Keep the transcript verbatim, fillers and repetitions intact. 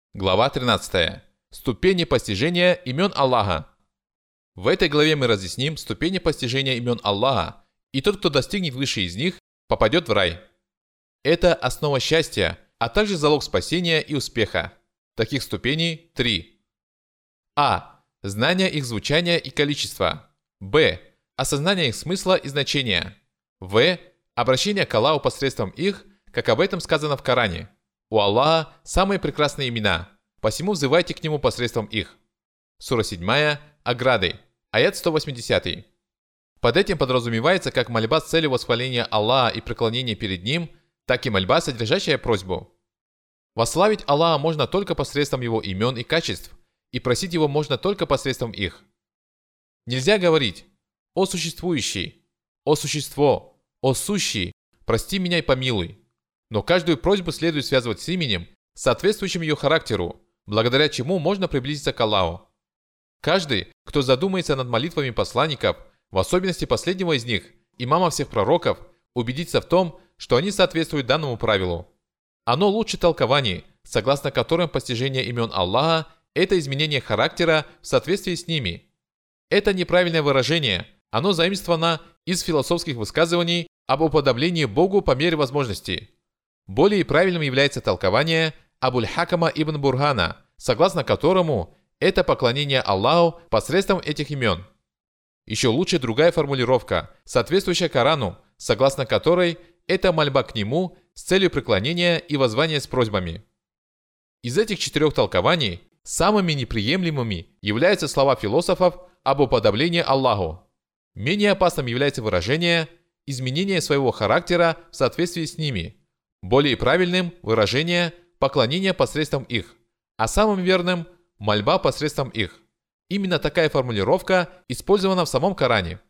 Глава тринадцатая. Ступени постижения имен Аллаха. В этой главе мы разъясним ступени постижения имен Аллаха, и тот, кто достигнет выше из них, попадет в рай. Это основа счастья, а также залог спасения и успеха. Таких ступеней три. А. Знание их звучания и количества. Б. Осознание их смысла и значения. В. Обращение к Аллаху посредством их, как об этом сказано в Коране. У Аллаха самые прекрасные имена, посему взывайте к Нему посредством их. Сура седьмая. Ограды. Аят сто восьмидесятый. Под этим подразумевается как мольба с целью восхваления Аллаха и преклонения перед Ним, так и мольба, содержащая просьбу. Восславить Аллаха можно только посредством Его имен и качеств, и просить Его можно только посредством их. Нельзя говорить «О существующий», «О существо», «О сущий», «Прости меня и помилуй». Но каждую просьбу следует связывать с именем, соответствующим ее характеру, благодаря чему можно приблизиться к Аллаху. Каждый, кто задумается над молитвами посланников, в особенности последнего из них, имама всех пророков, убедится в том, что они соответствуют данному правилу. Оно лучше толкований, согласно которым постижение имен Аллаха – это изменение характера в соответствии с ними. Это неправильное выражение, оно заимствовано из философских высказываний об уподоблении Богу по мере возможности. Более правильным является толкование Абуль-Хакама ибн Бурхана, согласно которому это поклонение Аллаху посредством этих имен. Еще лучше другая формулировка, соответствующая Корану, согласно которой это мольба к Нему с целью преклонения и воззвания с просьбами. Из этих четырех толкований самыми неприемлемыми являются слова философов об уподоблении Аллаху. Менее опасным является выражение «изменение своего характера в соответствии с ними». Более правильным – выражение «поклонение посредством их», а самым верным – «мольба посредством их». Именно такая формулировка использована в самом Коране.